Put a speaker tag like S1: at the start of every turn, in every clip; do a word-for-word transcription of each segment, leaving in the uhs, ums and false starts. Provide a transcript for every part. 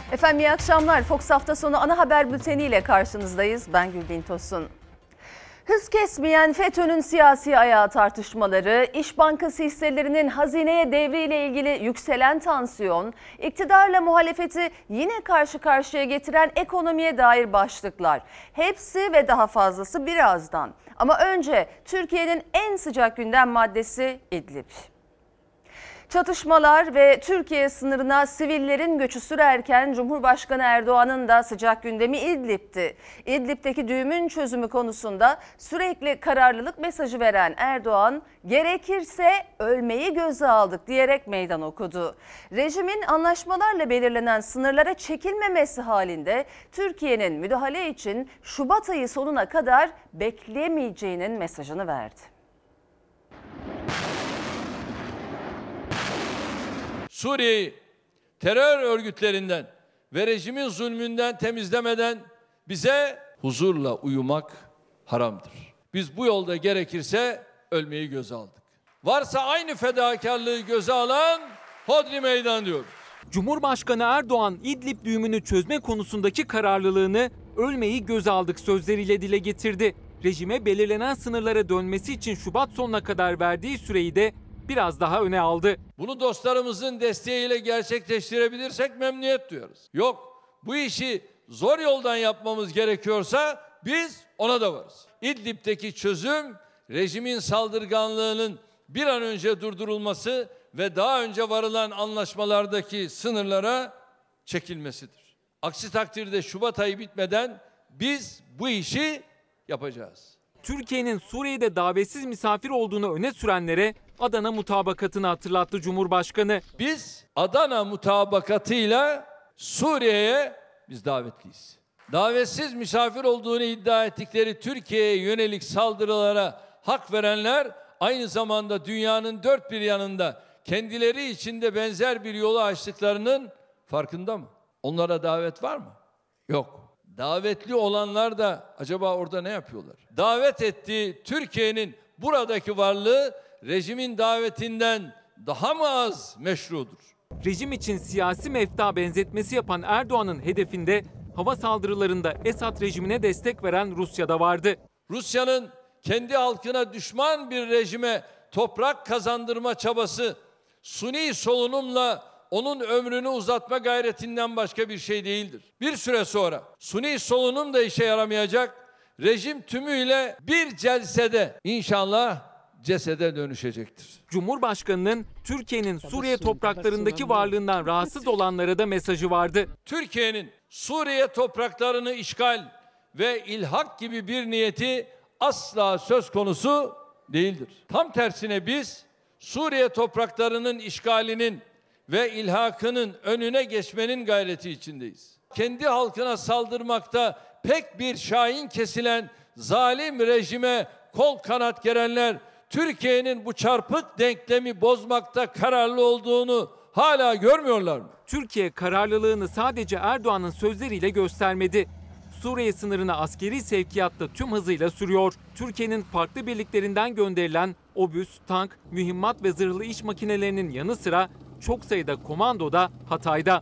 S1: Efendim iyi akşamlar. Fox hafta sonu ana haber bülteni ile karşınızdayız. Ben Gülbin Tosun. Hız kesmeyen FETÖ'nün siyasi ayağı tartışmaları, İş Bankası hisselerinin hazineye devriyle ilgili yükselen tansiyon, iktidarla muhalefeti yine karşı karşıya getiren ekonomiye dair başlıklar. Hepsi ve daha fazlası birazdan. Ama önce Türkiye'nin en sıcak gündem maddesi İdlib. Çatışmalar ve Türkiye sınırına sivillerin göçü sürerken Cumhurbaşkanı Erdoğan'ın da sıcak gündemi İdlib'ti. İdlib'deki düğümün çözümü konusunda sürekli kararlılık mesajı veren Erdoğan, gerekirse ölmeyi göze aldık diyerek meydan okudu. Rejimin anlaşmalarla belirlenen sınırlara çekilmemesi halinde Türkiye'nin müdahale için Şubat ayı sonuna kadar beklemeyeceğinin mesajını verdi.
S2: Suriye'yi terör örgütlerinden ve rejimin zulmünden temizlemeden bize huzurla uyumak haramdır. Biz bu yolda gerekirse ölmeyi göze aldık. Varsa aynı fedakarlığı göze alan hodri meydan diyoruz.
S3: Cumhurbaşkanı Erdoğan İdlib düğümünü çözme konusundaki kararlılığını ölmeyi göze aldık sözleriyle dile getirdi. Rejime belirlenen sınırlara dönmesi için Şubat sonuna kadar verdiği süreyi de biraz daha öne aldı.
S2: Bunu dostlarımızın desteğiyle gerçekleştirebilirsek memnuniyet duyarız. Yok, bu işi zor yoldan yapmamız gerekiyorsa biz ona da varız. İdlib'deki çözüm rejimin saldırganlığının bir an önce durdurulması ve daha önce varılan anlaşmalardaki sınırlara çekilmesidir. Aksi takdirde Şubat ayı bitmeden biz bu işi yapacağız.
S3: Türkiye'nin Suriye'de davetsiz misafir olduğunu öne sürenlere Adana mutabakatını hatırlattı Cumhurbaşkanı.
S2: Biz Adana mutabakatıyla Suriye'ye biz davetliyiz. Davetsiz misafir olduğunu iddia ettikleri Türkiye'ye yönelik saldırılara hak verenler aynı zamanda dünyanın dört bir yanında kendileri içinde benzer bir yolu açtıklarının farkında mı? Onlara davet var mı? Yok. Davetli olanlar da acaba orada ne yapıyorlar? Davet ettiği Türkiye'nin buradaki varlığı rejimin davetinden daha mı az meşrudur?
S3: Rejim için siyasi mefta benzetmesi yapan Erdoğan'ın hedefinde hava saldırılarında Esad rejimine destek veren Rusya'da vardı.
S2: Rusya'nın kendi halkına düşman bir rejime toprak kazandırma çabası suni solunumla onun ömrünü uzatma gayretinden başka bir şey değildir. Bir süre sonra suni solunum da işe yaramayacak, rejim tümüyle bir celsede inşallah cesede dönüşecektir.
S3: Cumhurbaşkanının Türkiye'nin Suriye topraklarındaki varlığından rahatsız olanlara da mesajı vardı.
S2: Türkiye'nin Suriye topraklarını işgal ve ilhak gibi bir niyeti asla söz konusu değildir. Tam tersine biz Suriye topraklarının işgalinin ve ilhakının önüne geçmenin gayreti içindeyiz. Kendi halkına saldırmakta pek bir şahin kesilen zalim rejime kol kanat gerenler Türkiye'nin bu çarpık denklemi bozmakta kararlı olduğunu hala görmüyorlar mı?
S3: Türkiye kararlılığını sadece Erdoğan'ın sözleriyle göstermedi. Suriye sınırına askeri sevkiyat da tüm hızıyla sürüyor. Türkiye'nin farklı birliklerinden gönderilen obüs, tank, mühimmat ve zırhlı iş makinelerinin yanı sıra çok sayıda komando da Hatay'da.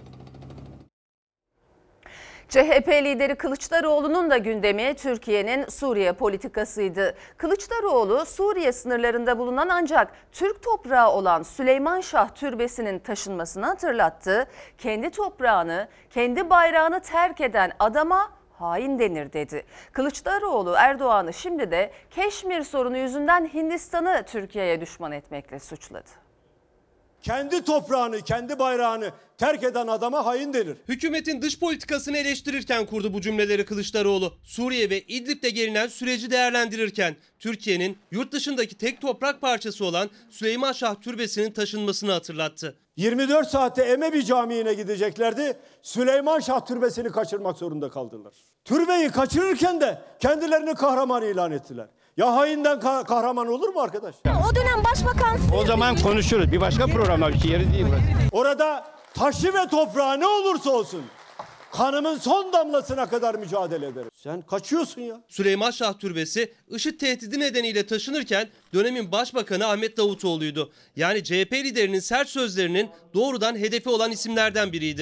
S1: C H P lideri Kılıçdaroğlu'nun da gündemi Türkiye'nin Suriye politikasıydı. Kılıçdaroğlu Suriye sınırlarında bulunan ancak Türk toprağı olan Süleymanşah Türbesi'nin taşınmasını hatırlattı. Kendi toprağını, kendi bayrağını terk eden adama hain denir dedi. Kılıçdaroğlu Erdoğan'ı şimdi de Keşmir sorunu yüzünden Hindistan'ı Türkiye'ye düşman etmekle suçladı.
S4: Kendi toprağını, kendi bayrağını terk eden adama hain denir.
S5: Hükümetin dış politikasını eleştirirken kurdu bu cümleleri Kılıçdaroğlu. Suriye ve İdlib'de gelinen süreci değerlendirirken Türkiye'nin yurt dışındaki tek toprak parçası olan Süleymanşah Türbesi'nin taşınmasını hatırlattı.
S4: yirmi dört saatte Emevi Camii'ne gideceklerdi. Süleymanşah Türbesi'ni kaçırmak zorunda kaldılar. Türbeyi kaçırırken de kendilerini kahraman ilan ettiler. Ya hainden kahraman olur mu arkadaş?
S6: O dönem başbakan...
S7: O zaman konuşuruz. Bir başka programa bir şey yeri değil burası.
S4: Orada taşı ve toprağı ne olursa olsun kanımın son damlasına kadar mücadele ederim. Sen kaçıyorsun ya.
S5: Süleymanşah Türbesi IŞİD tehdidi nedeniyle taşınırken dönemin başbakanı Ahmet Davutoğlu'ydu. Yani C H P liderinin sert sözlerinin doğrudan hedefi olan isimlerden biriydi.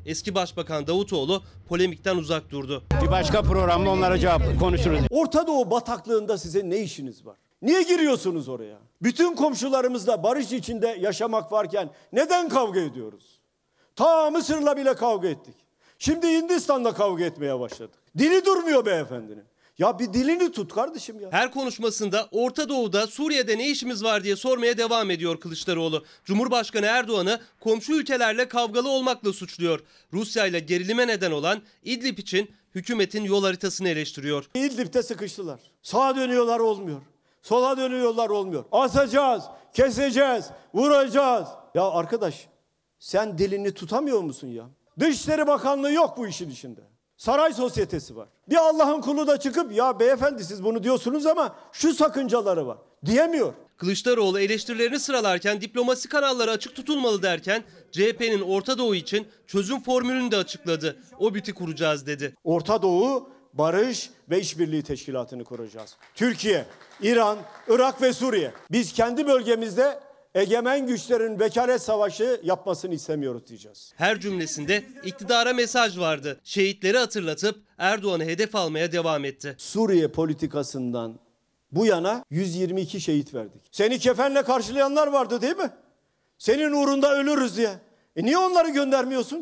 S5: Eski Başbakan Davutoğlu polemikten uzak durdu.
S7: Bir başka programda onlara cevap konuşuruz.
S4: Orta Doğu bataklığında sizin ne işiniz var? Niye giriyorsunuz oraya? Bütün komşularımızla barış içinde yaşamak varken neden kavga ediyoruz? Ta Mısır'la bile kavga ettik. Şimdi Hindistan'la kavga etmeye başladık. Dili durmuyor beyefendinin. Ya bir dilini tut kardeşim ya.
S5: Her konuşmasında Orta Doğu'da, Suriye'de ne işimiz var diye sormaya devam ediyor Kılıçdaroğlu. Cumhurbaşkanı Erdoğan'ı komşu ülkelerle kavgalı olmakla suçluyor. Rusya ile gerilime neden olan İdlib için hükümetin yol haritasını eleştiriyor.
S4: İdlib'de sıkıştılar. Sağa dönüyorlar olmuyor. Sola dönüyorlar olmuyor. Asacağız, keseceğiz, vuracağız. Ya arkadaş sen dilini tutamıyor musun ya? Dışişleri Bakanlığı yok bu işin içinde. Saray sosyetesi var. Bir Allah'ın kulu da çıkıp ya beyefendi siz bunu diyorsunuz ama şu sakıncaları var diyemiyor.
S5: Kılıçdaroğlu eleştirilerini sıralarken diplomasi kanalları açık tutulmalı derken C H P'nin Orta Doğu için çözüm formülünü de açıkladı. O biti kuracağız dedi.
S4: Orta Doğu Barış ve İşbirliği Teşkilatı'nı kuracağız. Türkiye, İran, Irak ve Suriye. Biz kendi bölgemizde egemen güçlerin vekalet savaşı yapmasını istemiyoruz diyeceğiz.
S5: Her cümlesinde iktidara mesaj vardı. Şehitleri hatırlatıp Erdoğan'ı hedef almaya devam etti.
S4: Suriye politikasından bu yana yüz yirmi iki şehit verdik. Seni kefenle karşılayanlar vardı değil mi? Senin uğrunda ölürüz diye. E niye onları göndermiyorsun?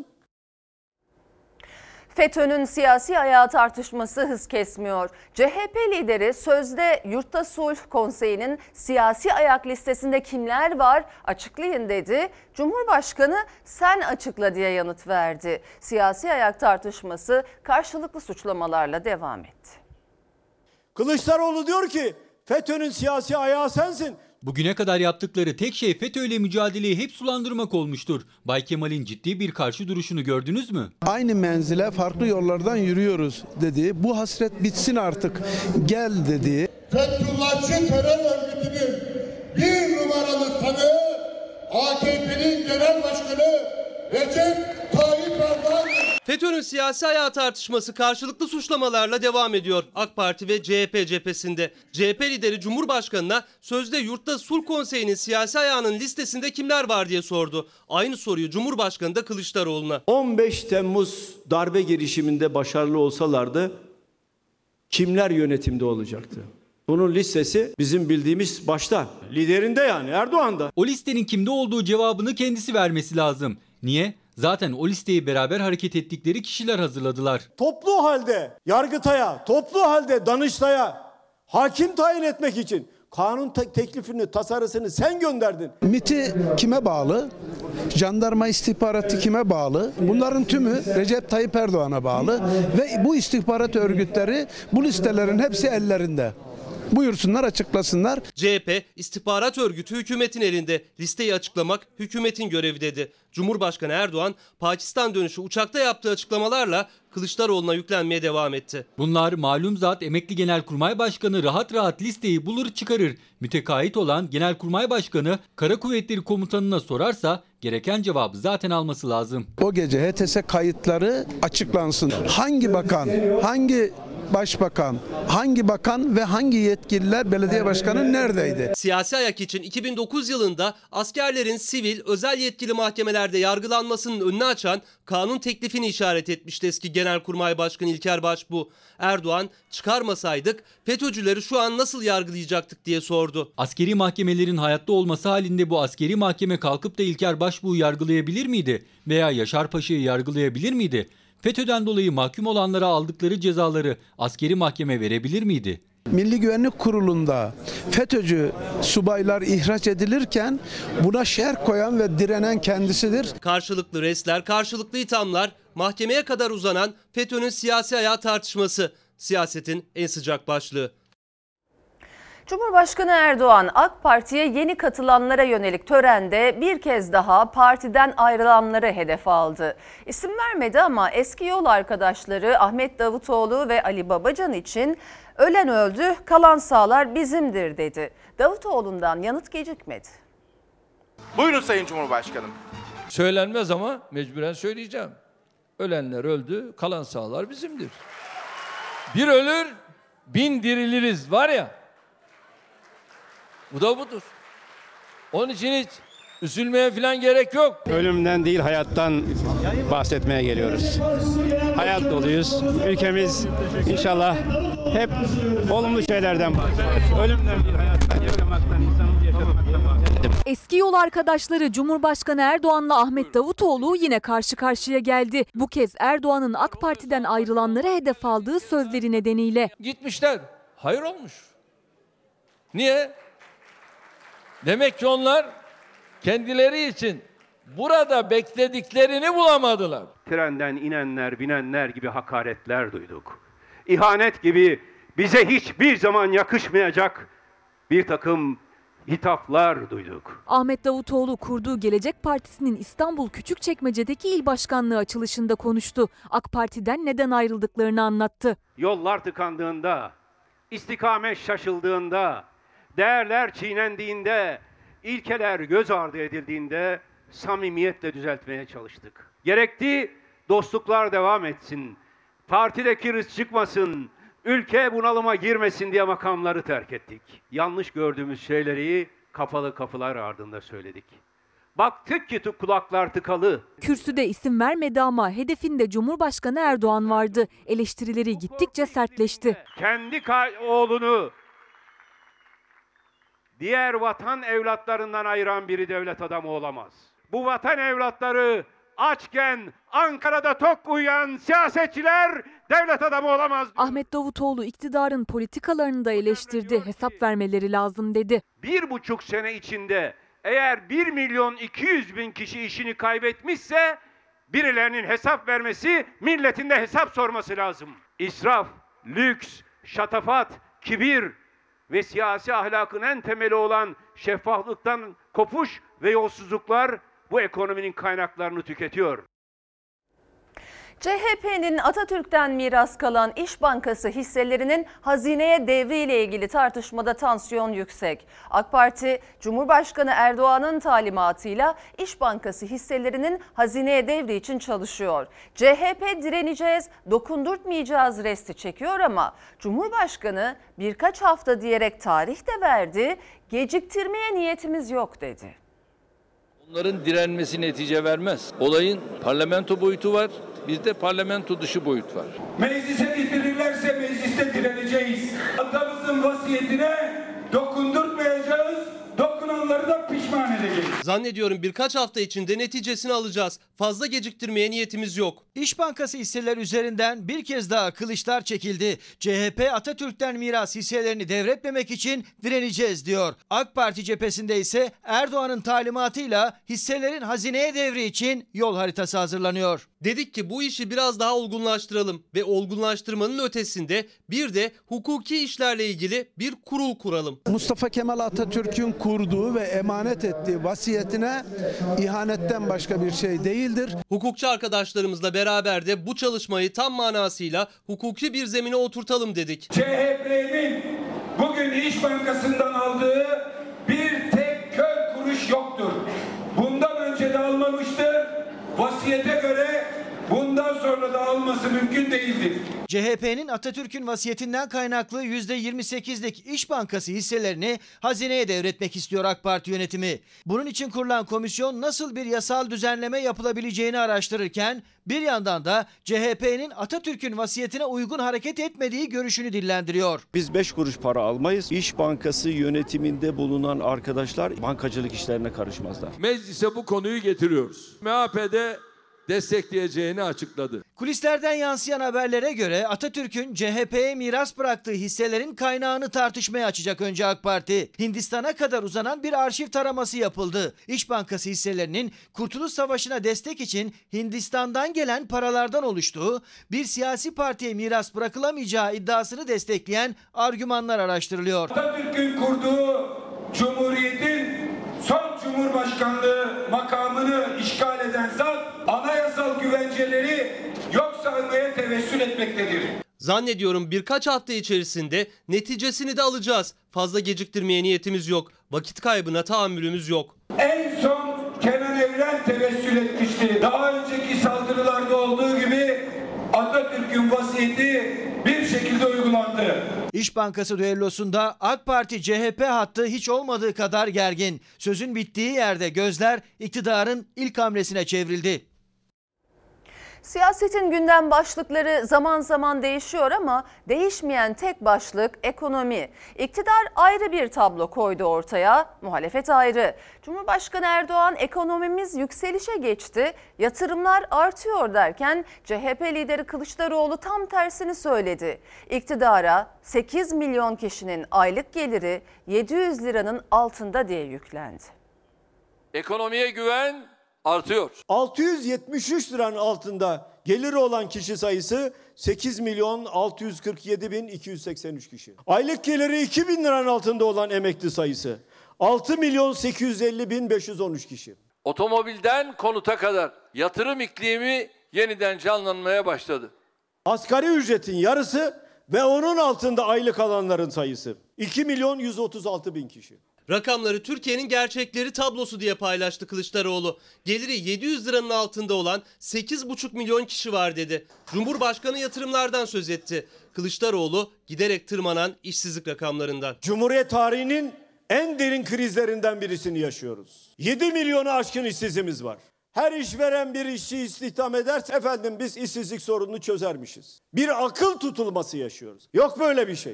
S1: FETÖ'nün siyasi ayağı tartışması hız kesmiyor. C H P lideri sözde Yurtta Sulh Konseyi'nin siyasi ayak listesinde kimler var açıklayın dedi. Cumhurbaşkanı sen açıkla diye yanıt verdi. Siyasi ayak tartışması karşılıklı suçlamalarla devam etti.
S4: Kılıçdaroğlu diyor ki FETÖ'nün siyasi ayağı sensin.
S6: Bugüne kadar yaptıkları tek şey FETÖ'yle mücadeleyi hep sulandırmak olmuştur. Bay Kemal'in ciddi bir karşı duruşunu gördünüz mü?
S8: Aynı menzile farklı yollardan yürüyoruz dedi. Bu hasret bitsin artık gel dedi.
S9: Fethullahçı terör örgütünün bir numaralı tanığı A K P'nin genel başkanı Recep Tayyip Erdoğan.
S5: FETÖ'nün siyasi ayağı tartışması karşılıklı suçlamalarla devam ediyor AK Parti ve C H P cephesinde. C H P lideri Cumhurbaşkanı'na sözde Yurtta Sulh Konseyi'nin siyasi ayağının listesinde kimler var diye sordu. Aynı soruyu Cumhurbaşkanı da Kılıçdaroğlu'na.
S4: on beş Temmuz darbe girişiminde başarılı olsalardı kimler yönetimde olacaktı? Bunun listesi bizim bildiğimiz başta. Liderinde yani Erdoğan'da.
S6: O listenin kimde olduğu cevabını kendisi vermesi lazım. Niye? Zaten o listeyi beraber hareket ettikleri kişiler hazırladılar.
S4: Toplu halde Yargıtay'a, toplu halde Danıştay'a hakim tayin etmek için kanun te- teklifini, tasarısını sen gönderdin.
S8: MİT'i kime bağlı? Jandarma istihbaratı kime bağlı? Bunların tümü Recep Tayyip Erdoğan'a bağlı ve bu istihbarat örgütleri bu listelerin hepsi ellerinde. Buyursunlar açıklasınlar.
S5: C H P istihbarat örgütü hükümetin elinde. Listeyi açıklamak hükümetin görevi dedi. Cumhurbaşkanı Erdoğan Pakistan dönüşü uçakta yaptığı açıklamalarla Kılıçdaroğlu'na yüklenmeye devam etti.
S6: Bunlar malum zat emekli Genelkurmay Başkanı rahat rahat listeyi bulur çıkarır. Mütekait olan Genelkurmay Başkanı Kara Kuvvetleri Komutanı'na sorarsa gereken cevabı zaten alması lazım.
S8: O gece H T S kayıtları açıklansın. Hangi bakan, hangi başbakan, hangi bakan ve hangi yetkililer belediye başkanı neredeydi?
S5: Siyasi ayak için iki bin dokuz yılında askerlerin sivil, özel yetkili mahkemelerde yargılanmasının önünü açan kanun teklifini işaret etmişti eski Genelkurmay Başkanı İlker Başbuğ. Erdoğan çıkarmasaydık FETÖ'cüleri şu an nasıl yargılayacaktık diye sordu.
S6: Askeri mahkemelerin hayatta olması halinde bu askeri mahkeme kalkıp da İlker Başbuğ'u yargılayabilir miydi? Veya Yaşar Paşa'yı yargılayabilir miydi? FETÖ'den dolayı mahkum olanlara aldıkları cezaları askeri mahkeme verebilir miydi?
S8: Milli Güvenlik Kurulu'nda FETÖ'cü subaylar ihraç edilirken buna şer koyan ve direnen kendisidir.
S5: Karşılıklı restler, karşılıklı ithamlar, mahkemeye kadar uzanan FETÖ'nün siyasi ayağı tartışması siyasetin en sıcak başlığı.
S1: Cumhurbaşkanı Erdoğan AK Parti'ye yeni katılanlara yönelik törende bir kez daha partiden ayrılanları hedef aldı. İsim vermedi ama eski yol arkadaşları Ahmet Davutoğlu ve Ali Babacan için ölen öldü, kalan sağlar bizimdir dedi. Davutoğlu'ndan yanıt gecikmedi.
S10: Buyurun Sayın Cumhurbaşkanım.
S2: Söylenmez ama mecburen söyleyeceğim. Ölenler öldü, kalan sağlar bizimdir. Bir ölür, bin diriliriz var ya. Bu da budur. Onun için hiç Üzülmeye falan gerek yok.
S7: Ölümden değil hayattan bahsetmeye geliyoruz. Hayat doluyuz. Ülkemiz inşallah hep olumlu şeylerden bahseder. Ölümden değil hayattan, yaşamaktan, insanımızı yaşamaktan bahseder.
S11: Eski yol arkadaşları Cumhurbaşkanı Erdoğan'la Ahmet Davutoğlu yine karşı karşıya geldi. Bu kez Erdoğan'ın AK Parti'den ayrılanlara hedef aldığı sözleri nedeniyle.
S2: Gitmişler. Hayır olmuş. Niye? Demek ki onlar kendileri için burada beklediklerini bulamadılar.
S7: Trenden inenler, binenler gibi hakaretler duyduk. İhanet gibi bize hiçbir zaman yakışmayacak bir takım hitaplar duyduk.
S11: Ahmet Davutoğlu kurduğu Gelecek Partisi'nin İstanbul Küçükçekmece'deki il başkanlığı açılışında konuştu. AK Parti'den neden ayrıldıklarını anlattı.
S7: Yollar tıkandığında, istikamet şaşıldığında, değerler çiğnendiğinde, ilkeler göz ardı edildiğinde samimiyetle düzeltmeye çalıştık. Gerekti dostluklar devam etsin, partideki rız çıkmasın, ülke bunalıma girmesin diye makamları terk ettik. Yanlış gördüğümüz şeyleri kapalı kapılar ardında söyledik. Baktık ki kulaklar tıkalı.
S11: Kürsüde isim vermedi ama hedefinde Cumhurbaşkanı Erdoğan vardı. Eleştirileri gittikçe sertleşti.
S7: Kendi oğlunu diğer vatan evlatlarından ayıran biri devlet adamı olamaz. Bu vatan evlatları açken Ankara'da tok uyuyan siyasetçiler devlet adamı olamaz.
S11: Ahmet Davutoğlu iktidarın politikalarını da eleştirdi. Hesap vermeleri lazım dedi.
S7: Bir buçuk sene içinde eğer bir milyon iki yüz bin kişi işini kaybetmişse birilerinin hesap vermesi, milletin de hesap sorması lazım. İsraf, lüks, şatafat, kibir ve siyasi ahlakın en temeli olan şeffaflıktan kopuş ve yolsuzluklar bu ekonominin kaynaklarını tüketiyor.
S1: C H P'nin Atatürk'ten miras kalan İş Bankası hisselerinin hazineye devriyle ilgili tartışmada tansiyon yüksek. AK Parti, Cumhurbaşkanı Erdoğan'ın talimatıyla İş Bankası hisselerinin hazineye devri için çalışıyor. C H P direneceğiz, dokundurtmayacağız resti çekiyor ama Cumhurbaşkanı birkaç hafta diyerek tarih de verdi, geciktirmeye niyetimiz yok dedi.
S2: Onların direnmesi netice vermez. Olayın parlamento boyutu var, bir de parlamento dışı boyut var.
S12: Meclise getirirlerse mecliste direneceğiz. Atamızın vasiyetine dokundurtmayacağız, dokunanları da pişman edeceğiz.
S5: Zannediyorum birkaç hafta içinde neticesini alacağız. Fazla geciktirmeye niyetimiz yok.
S13: İş Bankası hisseleri üzerinden bir kez daha kılıçlar çekildi. C H P Atatürk'ten miras hisselerini devretmemek için direneceğiz diyor. AK Parti cephesinde ise Erdoğan'ın talimatıyla hisselerin hazineye devri için yol haritası hazırlanıyor.
S5: Dedik ki bu işi biraz daha olgunlaştıralım ve olgunlaştırmanın ötesinde bir de hukuki işlerle ilgili bir kurul kuralım.
S8: Mustafa Kemal Atatürk'ün kurduğu ve emanet ettiği vasiyetine ihanetten başka bir şey değildir.
S5: Hukukçu arkadaşlarımızla beraber de bu çalışmayı tam manasıyla hukuki bir zemine oturtalım dedik.
S12: C H P'nin bugün İş Bankası'ndan aldığı bir tek kör kuruş yoktur. Bundan önce de almamıştır. Vasiyete göre bundan sonra da alması mümkün değildir.
S13: C H P'nin Atatürk'ün vasiyetinden kaynaklı yüzde yirmi sekizlik İş Bankası hisselerini hazineye devretmek istiyor AK Parti yönetimi. Bunun için kurulan komisyon nasıl bir yasal düzenleme yapılabileceğini araştırırken bir yandan da C H P'nin Atatürk'ün vasiyetine uygun hareket etmediği görüşünü dillendiriyor.
S4: Biz beş kuruş para almayız. İş Bankası yönetiminde bulunan arkadaşlar bankacılık işlerine karışmazlar.
S2: Meclise bu konuyu getiriyoruz. M H P'de destekleyeceğini açıkladı.
S13: Kulislerden yansıyan haberlere göre Atatürk'ün C H P'ye miras bıraktığı hisselerin kaynağını tartışmaya açacak önce AK Parti. Hindistan'a kadar uzanan bir arşiv taraması yapıldı. İş Bankası hisselerinin Kurtuluş Savaşı'na destek için Hindistan'dan gelen paralardan oluştuğu, bir siyasi partiye miras bırakılamayacağı iddiasını destekleyen argümanlar araştırılıyor.
S12: Atatürk'ün kurduğu Cumhuriyet'in son Cumhurbaşkanlığı makamını işgal eden zat anayasal güvenceleri yok saymaya tevessül etmektedir.
S5: Zannediyorum birkaç hafta içerisinde neticesini de alacağız. Fazla geciktirmeye niyetimiz yok. Vakit kaybına tahammülümüz yok.
S12: En son Kenan Evren tevessül etmişti. Daha önceki saldırılarda olduğu gibi Atatürk'ün vasiyeti bir şekilde uygulandı.
S13: İş Bankası düellosunda AK Parti C H P hattı hiç olmadığı kadar gergin. Sözün bittiği yerde gözler iktidarın ilk hamlesine çevrildi.
S1: Siyasetin gündem başlıkları zaman zaman değişiyor ama değişmeyen tek başlık ekonomi. İktidar ayrı bir tablo koydu ortaya, muhalefet ayrı. Cumhurbaşkanı Erdoğan ekonomimiz yükselişe geçti, yatırımlar artıyor derken C H P lideri Kılıçdaroğlu tam tersini söyledi. İktidara sekiz milyon kişinin aylık geliri yedi yüz liranın altında diye yüklendi.
S2: Ekonomiye güven artıyor.
S4: altı yüz yetmiş üç liranın altında geliri olan kişi sayısı sekiz milyon altı yüz kırk yedi bin iki yüz seksen üç kişi. Aylık geliri iki bin liranın altında olan emekli sayısı altı milyon sekiz yüz elli bin beş yüz on üç kişi.
S2: Otomobilden konuta kadar yatırım iklimi yeniden canlanmaya başladı.
S4: Asgari ücretin yarısı ve onun altında aylık alanların sayısı iki milyon yüz otuz altı bin kişi.
S5: Rakamları Türkiye'nin gerçekleri tablosu diye paylaştı Kılıçdaroğlu. Geliri yedi yüz liranın altında olan sekiz buçuk milyon kişi var dedi. Cumhurbaşkanı yatırımlardan söz etti. Kılıçdaroğlu giderek tırmanan işsizlik rakamlarından.
S4: Cumhuriyet tarihinin en derin krizlerinden birisini yaşıyoruz. yedi milyonu aşkın işsizimiz var. Her işveren bir işçi istihdam ederse efendim biz işsizlik sorununu çözermişiz. Bir akıl tutulması yaşıyoruz. Yok böyle bir şey.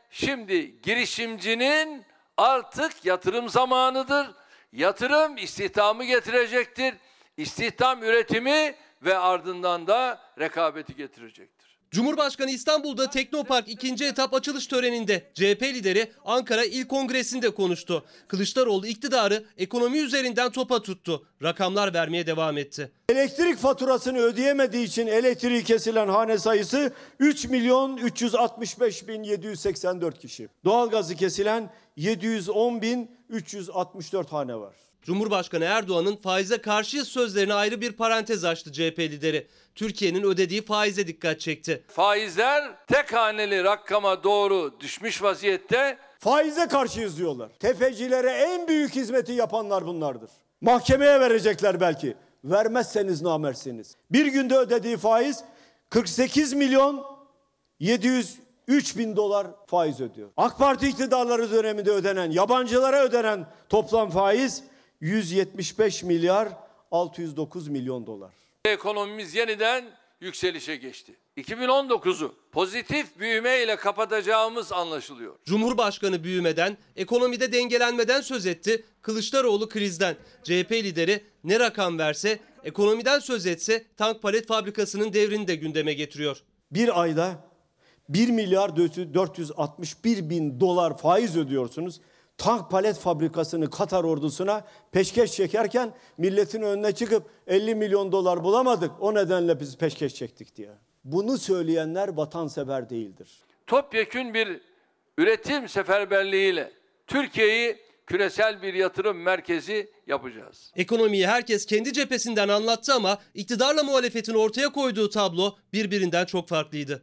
S2: Şimdi girişimcinin artık yatırım zamanıdır. Yatırım istihdamı getirecektir. İstihdam üretimi ve ardından da rekabeti getirecektir.
S5: Cumhurbaşkanı İstanbul'da Teknopark ikinci etap açılış töreninde C H P lideri Ankara İl Kongresi'nde konuştu. Kılıçdaroğlu iktidarı ekonomi üzerinden topa tuttu. Rakamlar vermeye devam etti.
S4: Elektrik faturasını ödeyemediği için elektriği kesilen hane sayısı üç milyon üç yüz altmış beş bin yedi yüz seksen dört kişi. Doğalgazı kesilen yedi yüz on bin üç yüz altmış dört hane var.
S5: Cumhurbaşkanı Erdoğan'ın faize karşıyız sözlerine ayrı bir parantez açtı C H P lideri. Türkiye'nin ödediği faize dikkat çekti.
S2: Faizler tek haneli rakama doğru düşmüş vaziyette.
S4: Faize karşıyız diyorlar. Tefecilere en büyük hizmeti yapanlar bunlardır. Mahkemeye verecekler belki. Vermezseniz namersiniz. Bir günde ödediği faiz kırk sekiz milyon yedi yüz üç bin dolar faiz ödüyor. AK Parti iktidarları döneminde ödenen, yabancılara ödenen toplam faiz yüz yetmiş beş milyar altı yüz dokuz milyon dolar.
S2: Ekonomimiz yeniden yükselişe geçti. iki bin on dokuzu pozitif büyüme ile kapatacağımız anlaşılıyor.
S5: Cumhurbaşkanı büyümeden, ekonomide dengelenmeden söz etti. Kılıçdaroğlu krizden. C H P lideri ne rakam verse, ekonomiden söz etse tank palet fabrikasının devrini de gündeme getiriyor.
S4: Bir ayda bir milyar dört yüz altmış bir bin dolar faiz ödüyorsunuz. Tank palet fabrikasını Katar ordusuna peşkeş çekerken milletin önüne çıkıp elli milyon dolar bulamadık. O nedenle biz peşkeş çektik diye. Bunu söyleyenler vatansever değildir.
S2: Topyekün bir üretim seferberliğiyle Türkiye'yi küresel bir yatırım merkezi yapacağız.
S5: Ekonomiyi herkes kendi cephesinden anlattı ama iktidarla muhalefetin ortaya koyduğu tablo birbirinden çok farklıydı.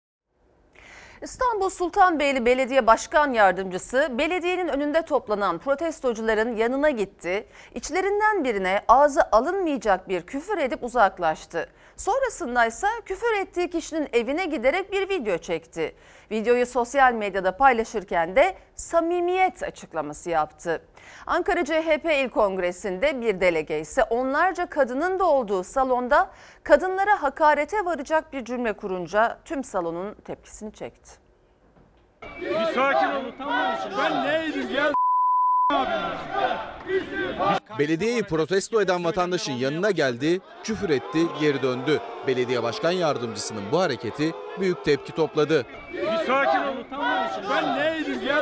S1: İstanbul Sultanbeyli Belediye Başkan Yardımcısı belediyenin önünde toplanan protestocuların yanına gitti. İçlerinden birine ağzı alınmayacak bir küfür edip uzaklaştı. Sonrasında ise küfür ettiği kişinin evine giderek bir video çekti. Videoyu sosyal medyada paylaşırken de samimiyet açıklaması yaptı. Ankara C H P İl Kongresi'nde bir delege ise onlarca kadının da olduğu salonda kadınlara hakarete varacak bir cümle kurunca tüm salonun tepkisini çekti.
S14: Bir sakin olun, tamam. Ben neydim gel.
S15: Belediyeyi protesto eden vatandaşın yanına geldi, küfür etti, geri döndü. Belediye başkan yardımcısının bu hareketi büyük tepki topladı.
S14: Bir sakin olun, tamam. Ben neydim gel.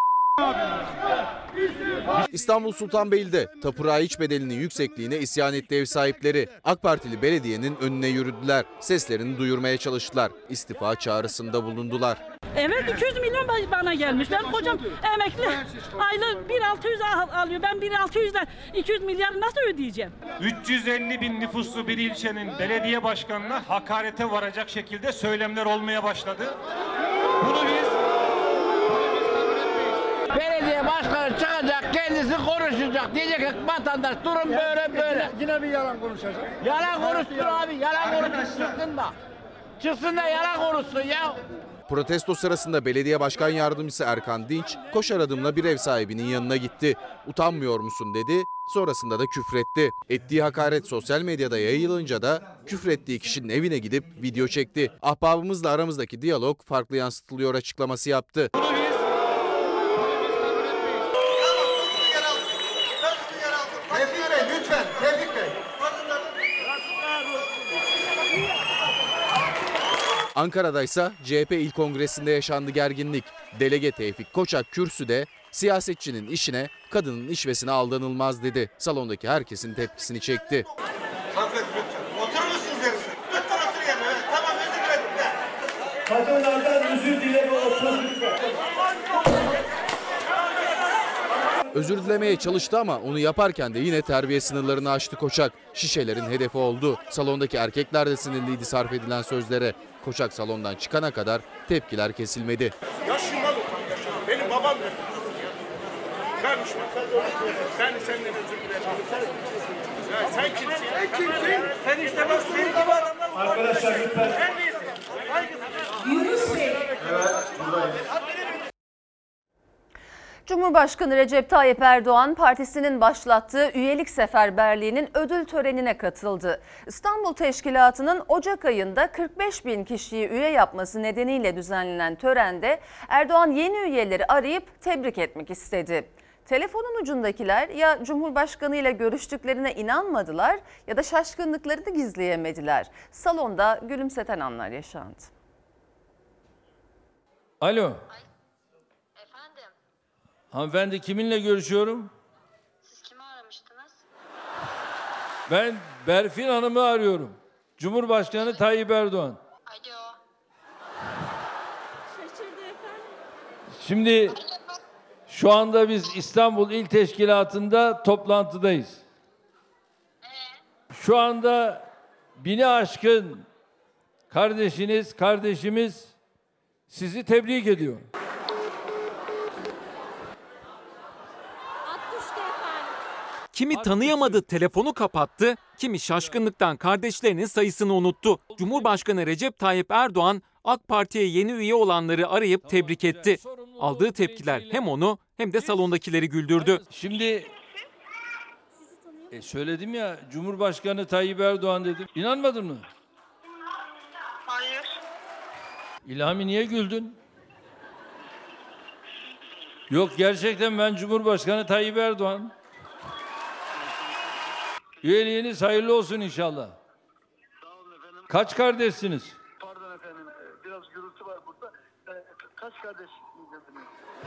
S15: İstanbul Sultanbeyli'de tapu raiç bedelinin yüksekliğine isyan etti ev sahipleri. AK Partili belediyenin önüne yürüdüler. Seslerini duyurmaya çalıştılar. İstifa çağrısında bulundular.
S16: Evet, iki yüz milyon bana gelmiş. Ben kocam emekli, aylık bin altı yüz alıyor. Ben bin altı yüzden iki yüz milyarı nasıl ödeyeceğim?
S14: üç yüz elli bin nüfuslu bir ilçenin belediye başkanına hakarete varacak şekilde söylemler olmaya başladı. Bunu biz
S17: belediye başkanı çıkacak, kendisi konuşacak. Diyecek ki vatandaş durum böyle böyle.
S18: Yine bir yalan konuşacak.
S17: Yalan konuşsun abi, yalan konuşsun da. Çıksın da yalan konuşsun ya.
S15: Protesto sırasında belediye başkan yardımcısı Erkan Dinç koşar adımla bir ev sahibinin yanına gitti. Utanmıyor musun dedi, sonrasında da küfretti. Ettiği hakaret sosyal medyada yayılınca da küfrettiği kişinin evine gidip video çekti. Ahbabımızla aramızdaki diyalog farklı yansıtılıyor açıklaması yaptı.
S9: Tevfik Bey lütfen, Tevfik Bey.
S15: Ankara'daysa C H P İl Kongresi'nde yaşandı gerginlik. Delege Tevfik Koçak kürsüde siyasetçinin işine, kadının işvesine aldanılmaz dedi. Salondaki herkesin tepkisini çekti.
S9: Hanımefendi lütfen. Oturur musunuz yerinize? Lütfen otur yerine. Evet, tamam özür dilerim de.
S4: Kadınlardan özür dileme otur lütfen.
S15: Özür dilemeye çalıştı ama onu yaparken de yine terbiye sınırlarını aştı Koçak. Şişelerin hedefi oldu. Salondaki erkekler de sinirliydi sarf edilen sözlere. Koçak salondan çıkana kadar tepkiler kesilmedi.
S9: Yaşından utan yaşından. Benim babam da. Kardeşim sen senden özür dilerim. Ya sen kimsin? Sen kimsin? Sen işte bak senin gibi adamlar.
S4: Arkadaşlar lütfen.
S9: Yunus Bey. Evet buradayım.
S1: Cumhurbaşkanı Recep Tayyip Erdoğan partisinin başlattığı üyelik seferberliğinin ödül törenine katıldı. İstanbul Teşkilatı'nın Ocak ayında kırk beş bin kişiyi üye yapması nedeniyle düzenlenen törende Erdoğan yeni üyeleri arayıp tebrik etmek istedi. Telefonun ucundakiler ya Cumhurbaşkanı ile görüştüklerine inanmadılar ya da şaşkınlıklarını gizleyemediler. Salonda gülümseten anlar yaşandı.
S2: Alo. Hanımefendi kiminle görüşüyorum?
S18: Siz kimi aramıştınız?
S2: Ben Berfin Hanım'ı arıyorum. Cumhurbaşkanı Tayyip Erdoğan.
S18: Alo. Şaşırdı efendim.
S2: Şimdi şu anda biz İstanbul İl Teşkilatı'nda toplantıdayız. Şu anda bini aşkın kardeşiniz, kardeşimiz sizi tebrik ediyor.
S3: Kimi tanıyamadı, telefonu kapattı, kimi şaşkınlıktan kardeşlerinin sayısını unuttu. Cumhurbaşkanı Recep Tayyip Erdoğan AK Parti'ye yeni üye olanları arayıp tebrik etti. Aldığı tepkiler hem onu hem de salondakileri güldürdü.
S2: Şimdi e söyledim ya Cumhurbaşkanı Tayyip Erdoğan dedim. İnanmadın mı?
S18: Hayır.
S2: İlhami niye güldün? Yok gerçekten ben Cumhurbaşkanı Tayyip Erdoğan. Üyeliğiniz hayırlı olsun inşallah.
S9: Sağ olun efendim.
S2: Kaç kardeşsiniz?
S9: Pardon efendim. Biraz gürültü var burada. Kaç kardeş dediniz?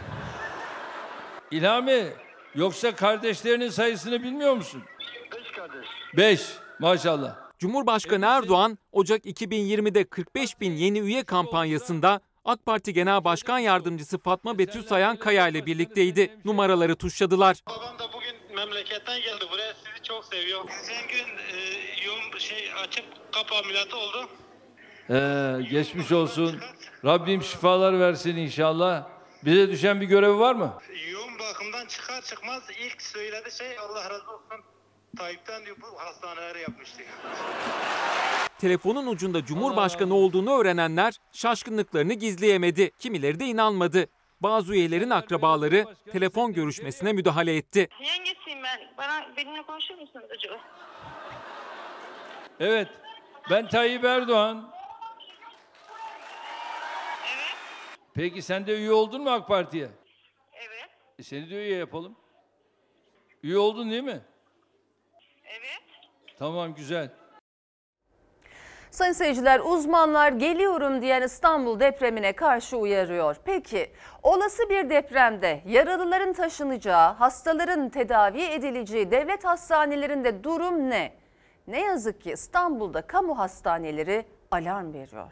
S2: İlhami, yoksa kardeşlerinin sayısını bilmiyor musun?
S9: Beş kardeş.
S2: Beş, maşallah.
S3: Cumhurbaşkanı Erdoğan, Ocak iki bin yirmide kırk beş bin yeni üye kampanyasında AK Parti Genel Başkan Yardımcısı Fatma Betül Sayan Kaya ile birlikteydi. Numaraları tuşladılar.
S19: Babam da bugün memleketten geldi buraya. Sizi çok seviyor. Geçen gün e, yoğun şey açıp kapı ameliyatı oldu.
S2: Ee, geçmiş olsun. Rabbim şifalar versin inşallah. Bize düşen bir görevi var mı?
S19: Yoğun bakımdan çıkar çıkmaz ilk söylediği şey Allah razı olsun. Tayyip'ten diyor bu hastaneleri yapmıştı.
S3: Telefonun ucunda Cumhurbaşkanı olduğunu öğrenenler şaşkınlıklarını gizleyemedi. Kimileri de inanmadı. Bazı üyelerin akrabaları telefon görüşmesine müdahale etti.
S18: Yengesiyim ben. Bana benimle konuşur musunuz acaba?
S2: Evet. Ben Tayyip Erdoğan.
S18: Evet.
S2: Peki sen de üye oldun mu AK Parti'ye?
S18: Evet.
S2: E seni de üye yapalım. Üye oldun değil mi?
S18: Evet.
S2: Tamam, güzel.
S1: Sayın seyirciler, uzmanlar geliyorum diyen İstanbul depremine karşı uyarıyor. Peki olası bir depremde yaralıların taşınacağı, hastaların tedavi edileceği devlet hastanelerinde durum ne? Ne yazık ki İstanbul'da kamu hastaneleri alarm veriyor.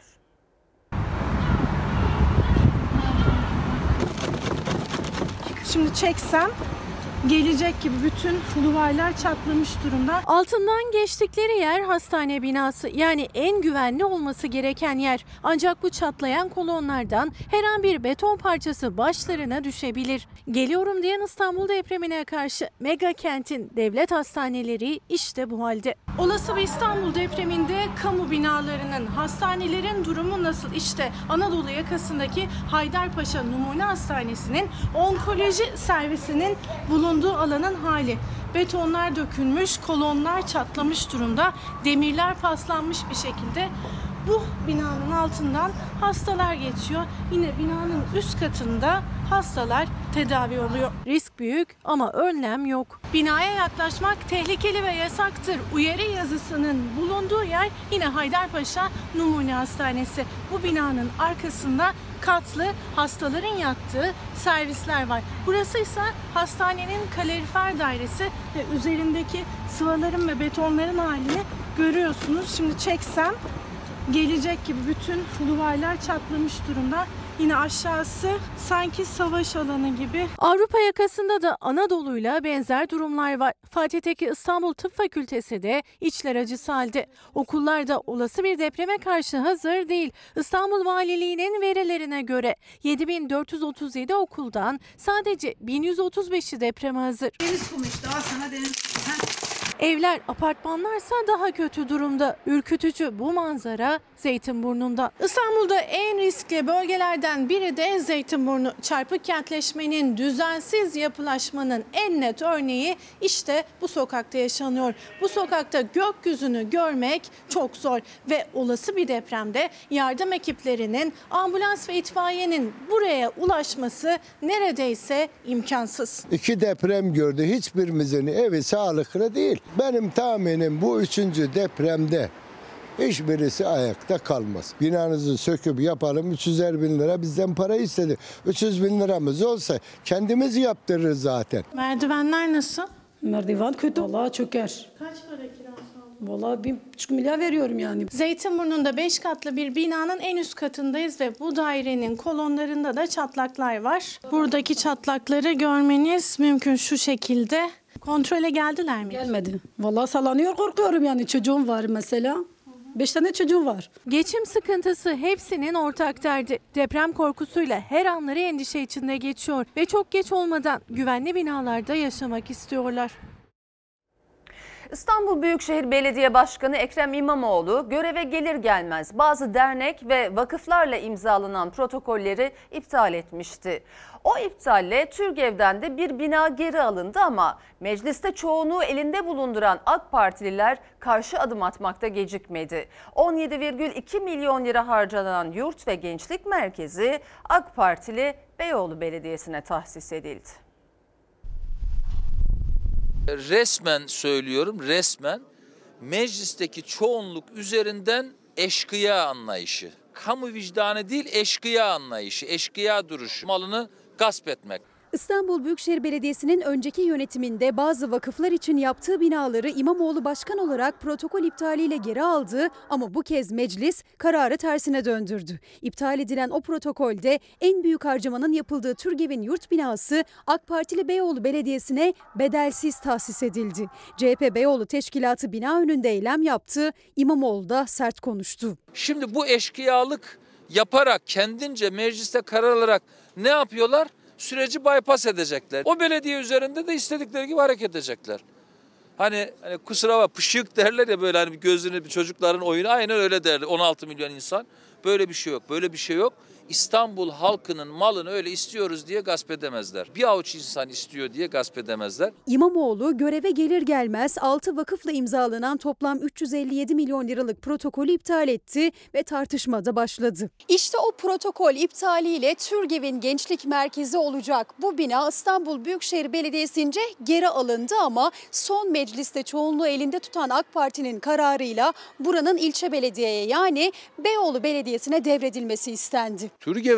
S20: Şimdi çeksem gelecek gibi bütün duvarlar çatlamış durumda.
S21: Altından geçtikleri yer hastane binası, yani en güvenli olması gereken yer. Ancak bu çatlayan kolonlardan her an bir beton parçası başlarına düşebilir. Geliyorum diyen İstanbul depremine karşı mega kentin devlet hastaneleri işte bu halde.
S20: Olası bir İstanbul depreminde kamu binalarının, hastanelerin durumu nasıl? İşte Anadolu yakasındaki Haydarpaşa Numune Hastanesi'nin onkoloji servisinin bulunduğu alanın hali. Betonlar dökülmüş, kolonlar çatlamış durumda, demirler paslanmış bir şekilde. Bu binanın altından hastalar geçiyor. Yine binanın üst katında hastalar tedavi oluyor.
S21: Risk büyük ama önlem yok.
S20: Binaya yaklaşmak tehlikeli ve yasaktır. Uyarı yazısının bulunduğu yer yine Haydarpaşa Numune Hastanesi. Bu binanın arkasında katlı hastaların yattığı servisler var. Burası ise hastanenin kalorifer dairesi ve üzerindeki sıvaların ve betonların halini görüyorsunuz. Şimdi çeksem gelecek gibi bütün duvarlar çatlamış durumda. Yine aşağısı sanki savaş alanı gibi.
S21: Avrupa yakasında da Anadolu'yla benzer durumlar var. Fatih'teki İstanbul Tıp Fakültesi de içler acısı halde. Okullar da olası bir depreme karşı hazır değil. İstanbul Valiliği'nin verilerine göre yedi bin dört yüz otuz yedi okuldan sadece bin yüz otuz beşi depreme hazır.
S20: Deniz kumu işte, al sana deniz.
S21: Evler, apartmanlarsa daha kötü durumda. Ürkütücü bu manzara Zeytinburnu'nda.
S20: İstanbul'da en riskli bölgelerden biri de Zeytinburnu. Çarpık kentleşmenin, düzensiz yapılaşmanın en net örneği işte bu sokakta yaşanıyor. Bu sokakta gökyüzünü görmek çok zor ve olası bir depremde yardım ekiplerinin, ambulans ve itfaiyenin buraya ulaşması neredeyse imkansız.
S22: İki deprem gördü. Hiçbirimizin evi sağlıklı değil. Benim tahminim bu üçüncü depremde hiçbirisi ayakta kalmaz. Binanızı söküp yapalım, üç yüzer bin lira bizden para istedi. üç yüz bin liramız olsa kendimiz yaptırırız zaten.
S20: Merdivenler nasıl?
S23: Merdiven kötü. Vallahi çöker.
S20: Kaç para kirası?
S23: Vallahi bir buçuk milyar veriyorum yani.
S20: Zeytinburnu'nda beş katlı bir binanın en üst katındayız ve bu dairenin kolonlarında da çatlaklar var. Buradaki çatlakları görmeniz mümkün şu şekilde. Kontrole geldiler mi?
S23: Gelmedi. Vallahi sallanıyor, korkuyorum yani. Çocuğum var mesela. Beş tane çocuğum var.
S21: Geçim sıkıntısı hepsinin ortak derdi. Deprem korkusuyla her anları endişe içinde geçiyor ve çok geç olmadan güvenli binalarda yaşamak istiyorlar.
S1: İstanbul Büyükşehir Belediye Başkanı Ekrem İmamoğlu göreve gelir gelmez bazı dernek ve vakıflarla imzalanan protokolleri iptal etmişti. O iptalle TÜRGEV'den de bir bina geri alındı ama mecliste çoğunluğu elinde bulunduran AK Partililer karşı adım atmakta gecikmedi. on yedi virgül iki milyon lira harcanan yurt ve gençlik merkezi AK Partili Beyoğlu Belediyesi'ne tahsis edildi.
S2: Resmen söylüyorum, resmen meclisteki çoğunluk üzerinden eşkıya anlayışı. Kamu vicdanı değil, eşkıya anlayışı, eşkıya duruşu, malını gasp etmek.
S24: İstanbul Büyükşehir Belediyesi'nin önceki yönetiminde bazı vakıflar için yaptığı binaları İmamoğlu başkan olarak protokol iptaliyle geri aldı ama bu kez meclis kararı tersine döndürdü. İptal edilen o protokolde en büyük harcamanın yapıldığı TÜRGEV'in yurt binası AK Partili Beyoğlu Belediyesi'ne bedelsiz tahsis edildi. C H P Beyoğlu Teşkilatı bina önünde eylem yaptı, İmamoğlu da sert konuştu.
S2: Şimdi bu eşkıyalık yaparak kendince mecliste karar alarak ne yapıyorlar? Süreci bypass edecekler. O belediye üzerinde de istedikleri gibi hareket edecekler. Hani, hani kusura bak pışık derler ya böyle hani gözünü çocukların oyunu aynen öyle derler. on altı milyon insan. Böyle bir şey yok. Böyle bir şey yok. İstanbul halkının malını öyle istiyoruz diye gasp edemezler. Bir avuç insan istiyor diye gasp edemezler.
S24: İmamoğlu göreve gelir gelmez altı vakıfla imzalanan toplam üç yüz elli yedi milyon liralık protokolü iptal etti ve tartışma da başladı. İşte o protokol iptaliyle TÜRGEV'in gençlik merkezi olacak. Bu bina İstanbul Büyükşehir Belediyesi'nce geri alındı ama son mecliste çoğunluğu elinde tutan AK Parti'nin kararıyla buranın ilçe belediyeye yani Beyoğlu Belediyesi'ne devredilmesi istendi.
S2: TÜRGEV'e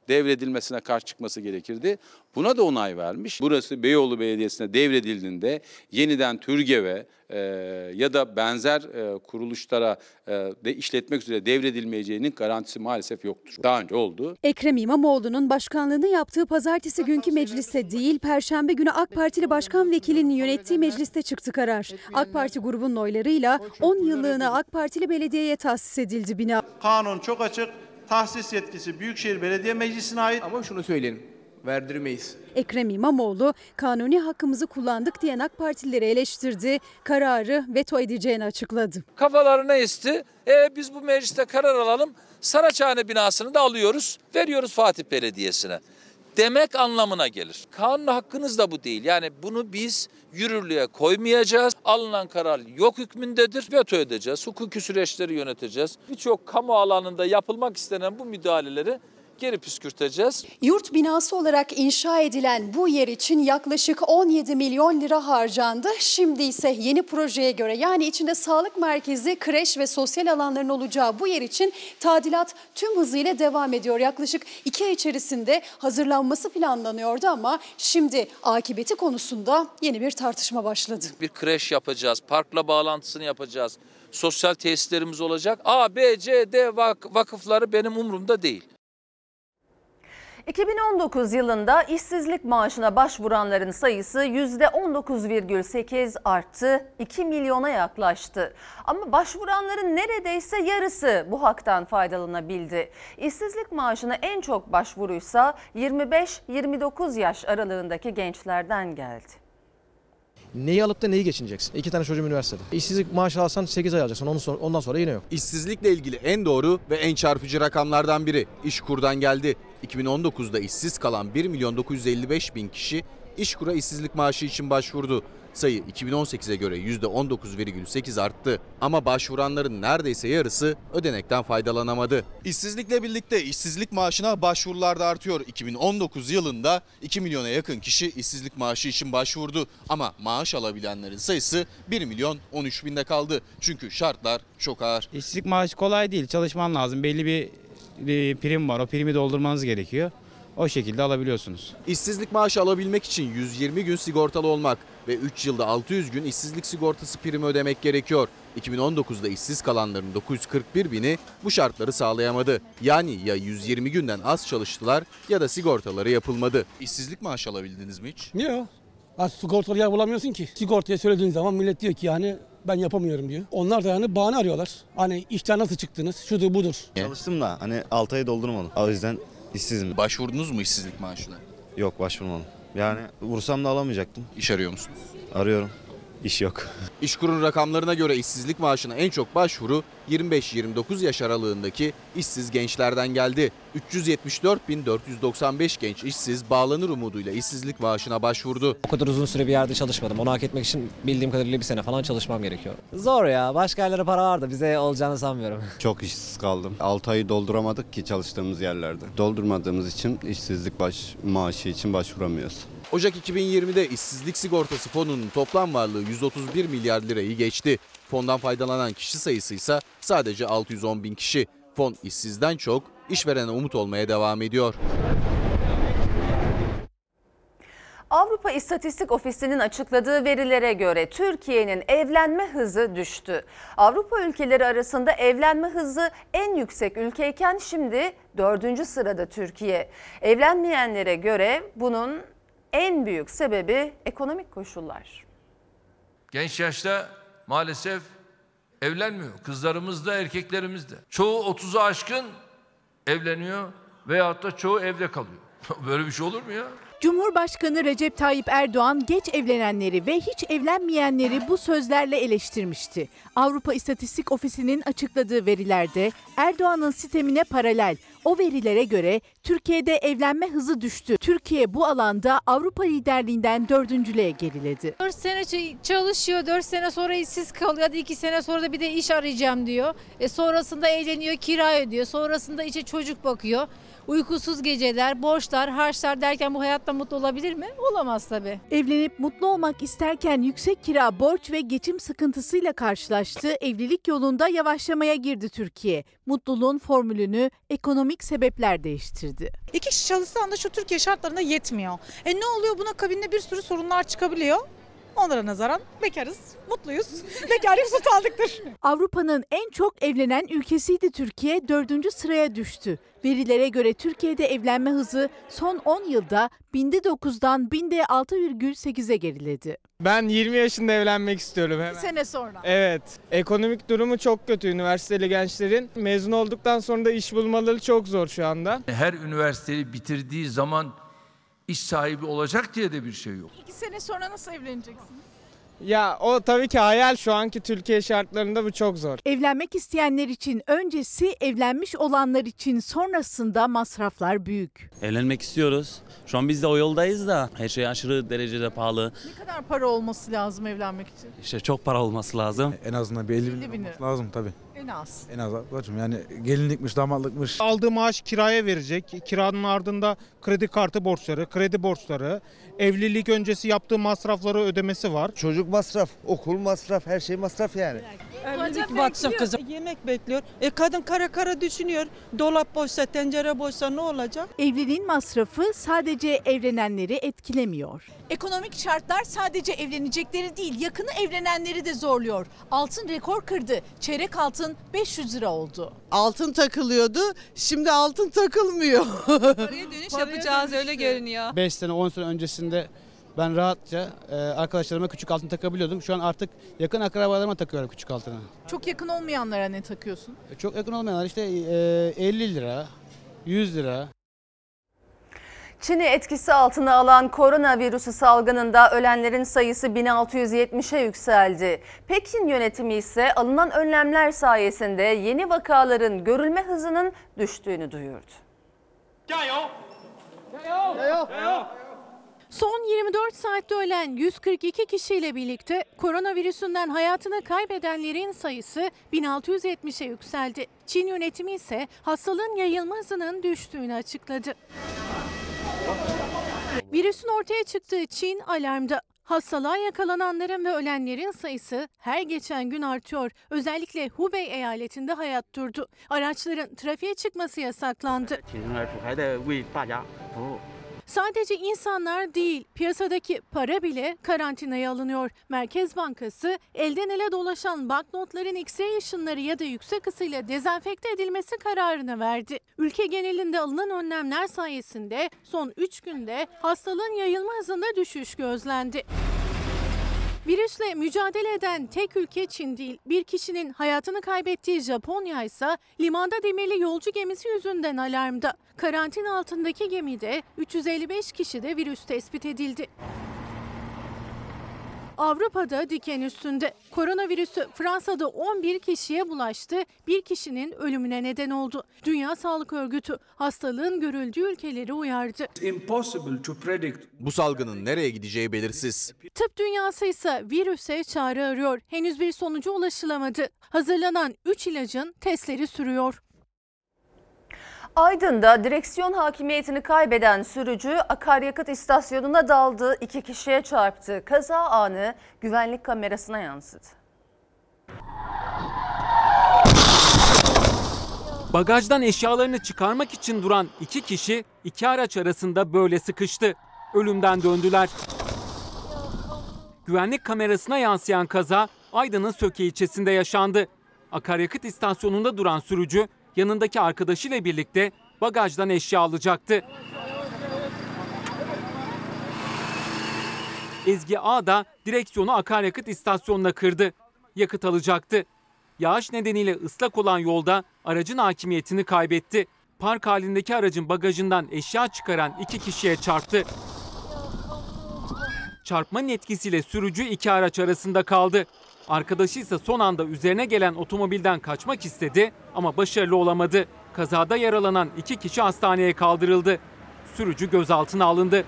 S6: devredilmesine karşı çıkması gerekirdi. Buna da onay vermiş. Burası Beyoğlu Belediyesi'ne devredildiğinde yeniden TÜRGEV'e e, ya da benzer e, kuruluşlara e, de işletmek üzere devredilmeyeceğinin garantisi maalesef yoktur. Daha önce oldu.
S24: Ekrem İmamoğlu'nun başkanlığını yaptığı pazartesi günkü mecliste değil, Perşembe günü AK Partili Başkan Vekilinin yönettiği mecliste çıktı karar. AK Parti grubunun oylarıyla on yıllığına AK Partili belediyeye tahsis edildi bina.
S7: Kanun çok açık. Tahsis yetkisi Büyükşehir Belediye Meclisi'ne ait.
S10: Ama şunu söyleyelim, verdirmeyiz.
S24: Ekrem İmamoğlu, kanuni hakkımızı kullandık diyen AK Partilileri eleştirdi, kararı veto edeceğini açıkladı.
S2: Kafalarına esti. E, biz bu mecliste karar alalım. Saraçhane binasını da alıyoruz, veriyoruz Fatih Belediyesi'ne demek anlamına gelir. Kanun hakkınız da bu değil. Yani bunu biz yürürlüğe koymayacağız. Alınan karar yok hükmündedir. Veto edeceğiz. Hukuki süreçleri yöneteceğiz. Birçok kamu alanında yapılmak istenen bu müdahaleleri geri püskürteceğiz.
S24: Yurt binası olarak inşa edilen bu yer için yaklaşık on yedi milyon lira harcandı. Şimdi ise yeni projeye göre, yani içinde sağlık merkezi, kreş ve sosyal alanların olacağı bu yer için tadilat tüm hızıyla devam ediyor. Yaklaşık iki ay içerisinde hazırlanması planlanıyordu ama şimdi akıbeti konusunda yeni bir tartışma başladı.
S2: Bir kreş yapacağız, parkla bağlantısını yapacağız, sosyal tesislerimiz olacak. A, B, C, D vakıfları benim umurumda değil.
S1: iki bin on dokuz yılında işsizlik maaşına başvuranların sayısı yüzde on dokuz virgül sekiz arttı, iki milyona yaklaştı. Ama başvuranların neredeyse yarısı bu haktan faydalanabildi. İşsizlik maaşına en çok başvuruysa yirmi beş yirmi dokuz yaş aralığındaki gençlerden geldi.
S11: Neyi alıp da neyi geçineceksin? İki tane çocuğum üniversitede. İşsizlik maaşı alsan sekiz ay alacaksın. Ondan sonra, ondan sonra yine yok.
S15: İşsizlikle ilgili en doğru ve en çarpıcı rakamlardan biri İşkur'dan geldi. iki bin on dokuzda işsiz kalan bir milyon dokuz yüz elli beş bin kişi İşkur'a işsizlik maaşı için başvurdu. Sayı iki bin on sekize göre yüzde on dokuz virgül sekiz arttı. Ama başvuranların neredeyse yarısı ödenekten faydalanamadı. İşsizlikle birlikte işsizlik maaşına başvurular da artıyor. iki bin on dokuz yılında iki milyona yakın kişi işsizlik maaşı için başvurdu. Ama maaş alabilenlerin sayısı bir milyon on üç binde kaldı. Çünkü şartlar çok ağır.
S25: İşsizlik maaşı kolay değil. Çalışman lazım. Belli bir, bir prim var. O primi doldurmanız gerekiyor. O şekilde alabiliyorsunuz.
S15: İşsizlik maaşı alabilmek için yüz yirmi gün sigortalı olmak ve üç yılda altı yüz gün işsizlik sigortası primi ödemek gerekiyor. iki bin on dokuzda işsiz kalanların dokuz yüz kırk bir bini bu şartları sağlayamadı. Yani ya yüz yirmi günden az çalıştılar ya da sigortaları yapılmadı. İşsizlik maaşı alabildiniz mi hiç?
S26: Yok. Az sigortalı yer bulamıyorsun ki. Sigortaya söylediğin zaman millet diyor ki yani ben yapamıyorum diyor. Onlar da yani bahane arıyorlar. Hani işten nasıl çıktınız? Şudur budur.
S27: Çalıştım da hani altı ayı doldurmadım. O yüzden işsizim.
S15: Başvurdunuz mu işsizlik maaşına?
S27: Yok, başvurmadım. Yani vursam da alamayacaktım.
S15: İş arıyor musunuz?
S27: Arıyorum. İş yok.
S15: İşkur'un rakamlarına göre işsizlik maaşına en çok başvuru yirmi beş yirmi dokuz yaş aralığındaki işsiz gençlerden geldi. üç yüz yetmiş dört bin dört yüz doksan beş genç işsiz bağlanır umuduyla işsizlik maaşına başvurdu.
S28: O kadar uzun süre bir yerde çalışmadım. Onu hak etmek için bildiğim kadarıyla bir sene falan çalışmam gerekiyor. Zor ya. Başka yerlere para var da bize olacağını sanmıyorum.
S27: Çok işsiz kaldım. altı ayı dolduramadık ki çalıştığımız yerlerde. Doldurmadığımız için işsizlik baş, maaşı için başvuramıyoruz.
S15: Ocak iki bin yirmide işsizlik sigortası fonunun toplam varlığı yüz otuz bir milyar lirayı geçti. Fondan faydalanan kişi sayısı ise sadece altı yüz on bin kişi. Fon işsizden çok işverene umut olmaya devam ediyor.
S1: Avrupa İstatistik Ofisi'nin açıkladığı verilere göre Türkiye'nin evlenme hızı düştü. Avrupa ülkeleri arasında evlenme hızı en yüksek ülkeyken şimdi dördüncü sırada Türkiye. Evlenmeyenlere göre bunun en büyük sebebi ekonomik koşullar.
S2: Genç yaşta maalesef evlenmiyor. Kızlarımız da erkeklerimiz de. Çoğu otuzu aşkın evleniyor veyahut da çoğu evde kalıyor. Böyle bir şey olur mu ya?
S29: Cumhurbaşkanı Recep Tayyip Erdoğan geç evlenenleri ve hiç evlenmeyenleri bu sözlerle eleştirmişti. Avrupa İstatistik Ofisi'nin açıkladığı verilerde Erdoğan'ın sistemine paralel. O verilere göre Türkiye'de evlenme hızı düştü. Türkiye bu alanda Avrupa liderliğinden dördüncülüğe geriledi.
S30: dört sene çalışıyor, dört sene sonra işsiz kalıyor. Hadi iki sene sonra da bir de iş arayacağım diyor. E sonrasında evleniyor, kira ödüyor. Sonrasında içe çocuk bakıyor. Uykusuz geceler, borçlar, harçlar derken bu hayatta mutlu olabilir mi? Olamaz tabii.
S29: Evlenip mutlu olmak isterken yüksek kira, borç ve geçim sıkıntısıyla karşılaştı. Evlilik yolunda yavaşlamaya girdi Türkiye. Mutluluğun formülünü ekonomik sebepler değiştirdi.
S4: İki kişi çalışsan da şu Türkiye şartlarında yetmiyor. E ne oluyor? Buna akabinde bir sürü sorunlar çıkabiliyor. Onlara nazaran bekarız, mutluyuz. Bekar Yusuf aldıktır.
S29: Avrupa'nın en çok evlenen ülkesiydi Türkiye, dördüncü sıraya düştü. Verilere göre Türkiye'de evlenme hızı son on yılda binde dokuzdan binde altı virgül sekize geriledi.
S25: Ben yirmi yaşında evlenmek istiyorum hemen.
S4: Bir sene sonra.
S25: Evet. Ekonomik durumu çok kötü üniversiteli gençlerin. Mezun olduktan sonra da iş bulmaları çok zor şu anda.
S2: Her üniversiteyi bitirdiği zaman iş sahibi olacak diye de bir şey yok.
S4: İki sene sonra nasıl evleneceksiniz?
S25: Ya o tabii ki hayal, şu anki Türkiye şartlarında bu çok zor.
S29: Evlenmek isteyenler için öncesi, evlenmiş olanlar için sonrasında masraflar büyük.
S5: Evlenmek istiyoruz. Şu an biz de o yoldayız da her şey aşırı derecede pahalı.
S4: Ne kadar para olması lazım evlenmek için?
S5: İşte çok para olması lazım.
S8: En azından bir elli bin
S4: elli bin
S8: olması lazım tabii.
S4: En az.
S8: En az ablacığım, yani gelinlikmiş, damatlıkmış.
S26: Aldığı maaş kiraya verecek. Kiranın ardında kredi kartı borçları, kredi borçları, evlilik öncesi yaptığı masrafları ödemesi var.
S9: Çocuk masraf, okul masraf, her şey masraf yani.
S12: Evlilik batsın kızım. Yemek bekliyor. E kadın kara kara düşünüyor. Dolap boşsa, tencere boşsa ne olacak?
S29: Evliliğin masrafı sadece evlenenleri etkilemiyor.
S4: Ekonomik şartlar sadece evlenecekleri değil, yakını evlenenleri de zorluyor. Altın rekor kırdı. Çeyrek altın beş yüz lira oldu.
S12: Altın takılıyordu. Şimdi altın takılmıyor.
S4: Paraya dönüş yapacağız öyle görünüyor.
S25: beş sene on sene öncesinde ben rahatça e, arkadaşlarıma küçük altın takabiliyordum. Şu an artık yakın akrabalarıma takıyorum küçük altını.
S4: Çok yakın olmayanlara ne takıyorsun?
S25: E, çok yakın olmayanlar işte e, elli lira, yüz lira.
S1: Çin'i etkisi altına alan koronavirüsü salgınında ölenlerin sayısı bin altı yüz yetmişe yükseldi. Pekin yönetimi ise alınan önlemler sayesinde yeni vakaların görülme hızının düştüğünü duyurdu.
S21: Son yirmi dört saatte ölen yüz kırk iki kişiyle birlikte koronavirüsünden hayatını kaybedenlerin sayısı bin altı yüz yetmişe yükseldi. Çin yönetimi ise hastalığın yayılma hızının düştüğünü açıkladı. Virüsün ortaya çıktığı Çin alarmda. Hastalığa yakalananların ve ölenlerin sayısı her geçen gün artıyor. Özellikle Hubei eyaletinde hayat durdu. Araçların trafiğe çıkması yasaklandı. Sadece insanlar değil, piyasadaki para bile karantinaya alınıyor. Merkez Bankası elden ele dolaşan banknotların X-ray ışınları ya da yüksek ısıyla dezenfekte edilmesi kararını verdi. Ülke genelinde alınan önlemler sayesinde son üç günde hastalığın yayılma hızında düşüş gözlendi. Virüsle mücadele eden tek ülke Çin değil. Bir kişinin hayatını kaybettiği Japonya ise limanda demirli yolcu gemisi yüzünden alarmda. Karantina altındaki gemide üç yüz elli beş kişide virüs tespit edildi. Avrupa'da diken üstünde. Koronavirüsü Fransa'da on bir kişiye bulaştı, bir kişinin ölümüne neden oldu. Dünya Sağlık Örgütü hastalığın görüldüğü ülkeleri uyardı.
S15: Bu salgının nereye gideceği belirsiz.
S21: Tıp dünyası ise virüse çare arıyor. Henüz bir sonuca ulaşılamadı. Hazırlanan üç ilacın testleri sürüyor.
S1: Aydın'da direksiyon hakimiyetini kaybeden sürücü akaryakıt istasyonuna daldı, iki kişiye çarptı. Kaza anı güvenlik kamerasına yansıdı.
S3: Bagajdan eşyalarını çıkarmak için duran iki kişi iki araç arasında böyle sıkıştı. Ölümden döndüler. Güvenlik kamerasına yansıyan kaza Aydın'ın Söke ilçesinde yaşandı. Akaryakıt istasyonunda duran sürücü yanındaki arkadaşıyla birlikte bagajdan eşya alacaktı. Ezgi A da direksiyonu akaryakıt istasyonuna kırdı. Yakıt alacaktı. Yağış nedeniyle ıslak olan yolda aracın hakimiyetini kaybetti. Park halindeki aracın bagajından eşya çıkaran iki kişiye çarptı. Çarpmanın etkisiyle sürücü iki araç arasında kaldı. Arkadaşı ise son anda üzerine gelen otomobilden kaçmak istedi ama başarılı olamadı. Kazada yaralanan iki kişi hastaneye kaldırıldı. Sürücü gözaltına alındı.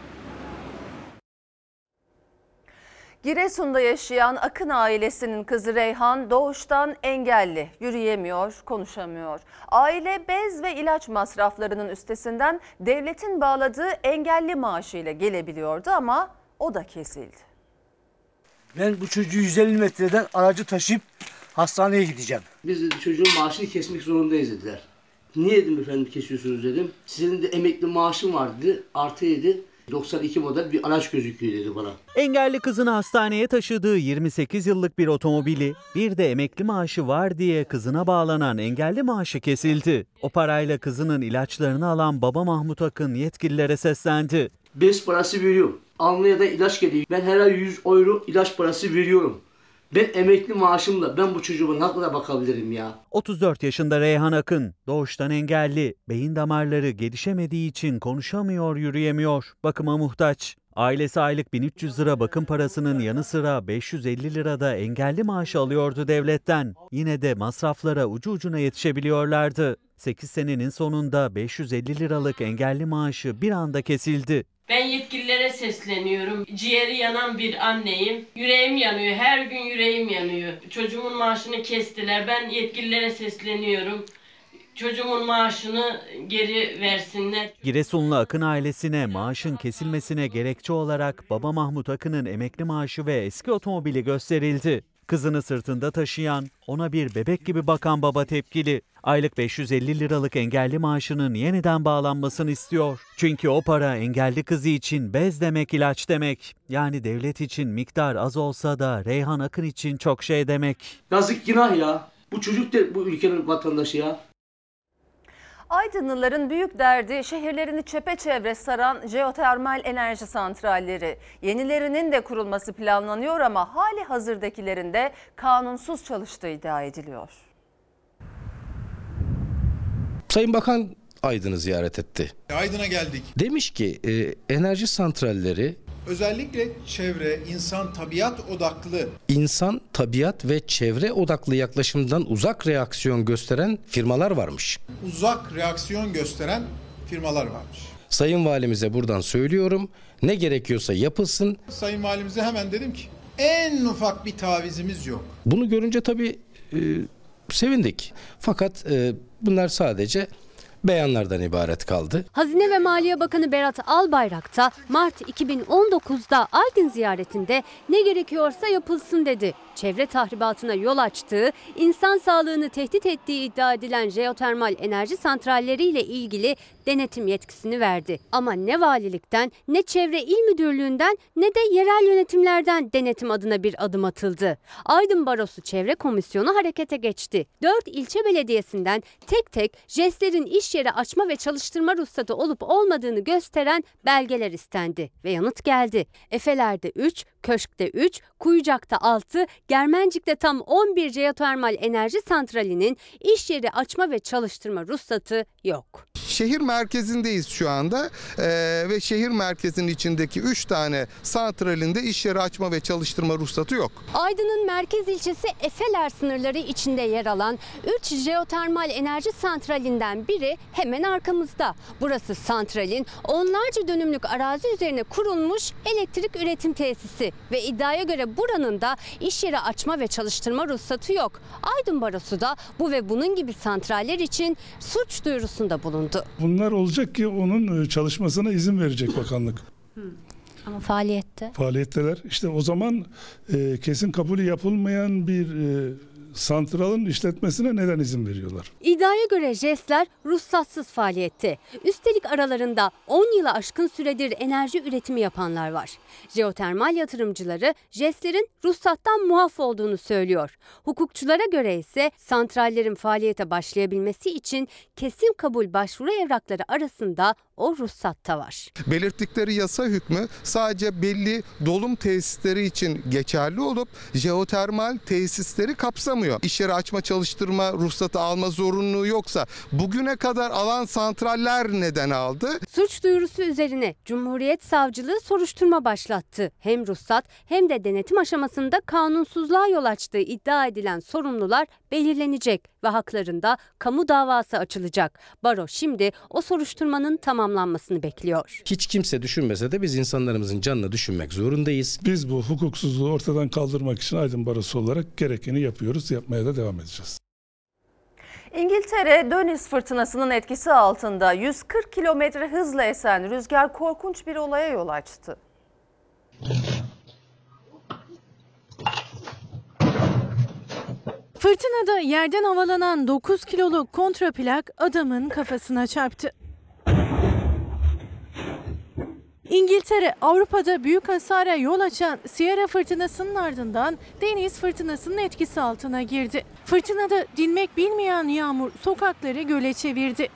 S1: Giresun'da yaşayan Akın ailesinin kızı Reyhan doğuştan engelli, yürüyemiyor, konuşamıyor. Aile bez ve ilaç masraflarının üstesinden devletin bağladığı engelli maaşıyla gelebiliyordu ama o da kesildi.
S13: Ben bu çocuğu yüz elli metreden aracı taşıyıp
S6: Hastaneye gideceğim.
S13: Biz dedi, çocuğun maaşını kesmek zorundayız dediler. Niye dedim efendim kesiyorsunuz dedim. Sizin de emekli maaşın var dedi. Artı dedi. doksan iki model bir araç gözüküyor dedi bana.
S14: Engelli kızını hastaneye taşıdığı yirmi sekiz yıllık bir otomobili, bir de emekli maaşı var diye kızına bağlanan engelli maaşı kesildi. O parayla kızının ilaçlarını alan baba Mahmut Akın yetkililere seslendi.
S13: Bez parası veriyorum. Almanya'da ilaç geliyor. Ben her ay yüz euro ilaç parası veriyorum. Ben emekli maaşımla ben bu çocuğuma ne kadar bakabilirim ya?
S14: otuz dört yaşında Reyhan Akın, doğuştan engelli, beyin damarları gelişemediği için konuşamıyor, yürüyemiyor, bakıma muhtaç. Ailesi aylık bin üç yüz lira bakım parasının yanı sıra beş yüz elli lira da engelli maaşı alıyordu devletten. Yine de masraflara ucu ucuna yetişebiliyorlardı. sekiz senenin sonunda beş yüz elli liralık engelli maaşı bir anda kesildi.
S16: Ben yetkililere sesleniyorum. Ciğeri yanan bir anneyim. Yüreğim yanıyor. Her gün yüreğim yanıyor. Çocuğumun maaşını kestiler. Ben yetkililere sesleniyorum. Çocuğumun maaşını geri versinler.
S14: Giresunlu Akın ailesine maaşın kesilmesine gerekçe olarak baba Mahmut Akın'ın emekli maaşı ve eski otomobili gösterildi. Kızını sırtında taşıyan, ona bir bebek gibi bakan baba tepkili. Aylık beş yüz elli liralık engelli maaşının yeniden bağlanmasını istiyor. Çünkü o para engelli kızı için bez demek, ilaç demek. Yani devlet için miktar az olsa da Reyhan Akın için çok şey demek.
S13: Yazık günah ya. Bu çocuk da bu ülkenin vatandaşı ya.
S1: Aydınlıların büyük derdi şehirlerini çepeçevre saran jeotermal enerji santralleri. Yenilerinin de kurulması planlanıyor ama hali hazırdakilerinde kanunsuz çalıştığı iddia ediliyor.
S17: Sayın Bakan Aydın'ı ziyaret etti.
S18: Aydın'a geldik.
S17: Demiş ki e, enerji santralleri
S18: özellikle çevre, insan, tabiat odaklı.
S17: İnsan, tabiat ve çevre odaklı yaklaşımdan uzak reaksiyon gösteren firmalar varmış.
S18: Uzak reaksiyon gösteren firmalar varmış.
S17: Sayın Valimize buradan söylüyorum. Ne gerekiyorsa yapılsın.
S18: Sayın Valimize hemen dedim ki en ufak bir tavizimiz yok.
S17: Bunu görünce tabii e, sevindik. Fakat e, bunlar sadece beyanlardan ibaret kaldı.
S19: Hazine ve Maliye Bakanı Berat Albayrak da Mart iki bin on dokuz'da Aydın ziyaretinde ne gerekiyorsa yapılsın dedi. Çevre tahribatına yol açtığı, insan sağlığını tehdit ettiği iddia edilen jeotermal enerji santralleriyle ilgili denetim yetkisini verdi. Ama ne valilikten, ne çevre il müdürlüğünden, ne de yerel yönetimlerden denetim adına bir adım atıldı. Aydın Barosu Çevre Komisyonu harekete geçti. Dört ilçe belediyesinden tek tek JES'lerin iş yeri açma ve çalıştırma ruhsatı olup olmadığını gösteren belgeler istendi ve yanıt geldi. Efeler'de üç, Köşk'te üç, Kuyucak'ta altı, Germencik'te tam on bir jeotermal enerji santralinin iş yeri açma ve çalıştırma ruhsatı yok.
S20: Şehir merkezindeyiz şu anda ee, ve şehir merkezinin içindeki üç tane santralinde iş yeri açma ve çalıştırma ruhsatı yok.
S19: Aydın'ın merkez ilçesi Efeler sınırları içinde yer alan üç jeotermal enerji santralinden biri hemen arkamızda. Burası santralin onlarca dönümlük arazi üzerine kurulmuş elektrik üretim tesisi ve iddiaya göre buranın da iş yeri açma ve çalıştırma ruhsatı yok. Aydın Barosu da bu ve bunun gibi santraller için suç duyurusunda bulundu.
S22: Bunlar olacak ki onun çalışmasına izin verecek bakanlık.
S19: Hı. Ama faaliyette?
S22: Faaliyetteler. İşte o zaman e, kesin kabulü yapılmayan bir e, santralın işletmesine neden izin veriyorlar?
S19: İddiaya göre JES'ler ruhsatsız faaliyette. Üstelik aralarında on yılı aşkın süredir enerji üretimi yapanlar var. Jeotermal yatırımcıları JES'lerin ruhsattan muaf olduğunu söylüyor. Hukukçulara göre ise santrallerin faaliyete başlayabilmesi için kesin kabul başvuru evrakları arasında o ruhsatta var.
S20: Belirttikleri yasa hükmü sadece belli dolum tesisleri için geçerli olup jeotermal tesisleri kapsamıyor. İş yeri açma çalıştırma ruhsatı alma zorunluluğu yoksa bugüne kadar alan santraller neden aldı?
S19: Suç duyurusu üzerine Cumhuriyet Savcılığı soruşturma başlattı. Hem ruhsat hem de denetim aşamasında kanunsuzluğa yol açtığı iddia edilen sorumlular belirlenecek ve haklarında kamu davası açılacak. Baro şimdi o soruşturmanın tamamlanmasını bekliyor.
S17: Hiç kimse düşünmese de biz insanlarımızın canını düşünmek zorundayız.
S22: Biz bu hukuksuzluğu ortadan kaldırmak için Aydın Barosu olarak gerekeni yapıyoruz, yapmaya da devam edeceğiz.
S1: İngiltere Dönis fırtınasının etkisi altında yüz kırk kilometre hızla esen rüzgar korkunç bir olaya yol açtı.
S21: Fırtınada yerden havalanan dokuz kiloluk kontraplak adamın kafasına çarptı. İngiltere, Avrupa'da büyük hasara yol açan Sierra fırtınasının ardından deniz fırtınasının etkisi altına girdi. Fırtınada dinmek bilmeyen yağmur sokakları göle çevirdi.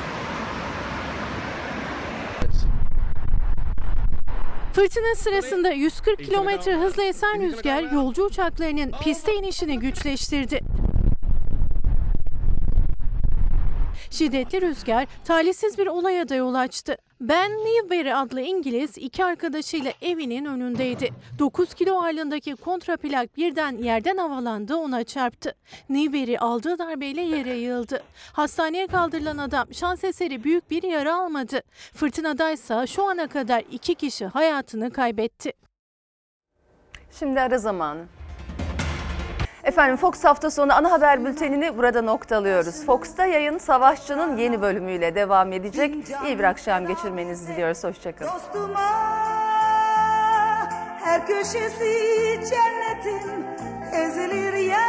S21: Fırtına sırasında yüz kırk kilometre hızla esen rüzgar yolcu uçaklarının piste inişini güçleştirdi. Şiddetli rüzgar talihsiz bir olaya da yol açtı. Ben Newbery adlı İngiliz iki arkadaşıyla evinin önündeydi. dokuz kilo ağırlığındaki kontraplak birden yerden havalandı, ona çarptı. Newbery aldığı darbeyle yere yığıldı. Hastaneye kaldırılan adam şans eseri büyük bir yara almadı. Fırtınadaysa şu ana kadar iki kişi hayatını kaybetti.
S1: Şimdi ara zamanı. Efendim Fox hafta sonu ana haber bültenini burada noktalıyoruz. Fox'ta yayın Savaşçı'nın yeni bölümüyle devam edecek. İyi bir akşam geçirmenizi diliyoruz. Hoşçakalın.
S2: Dostuma, her köşesi cennetin ezilir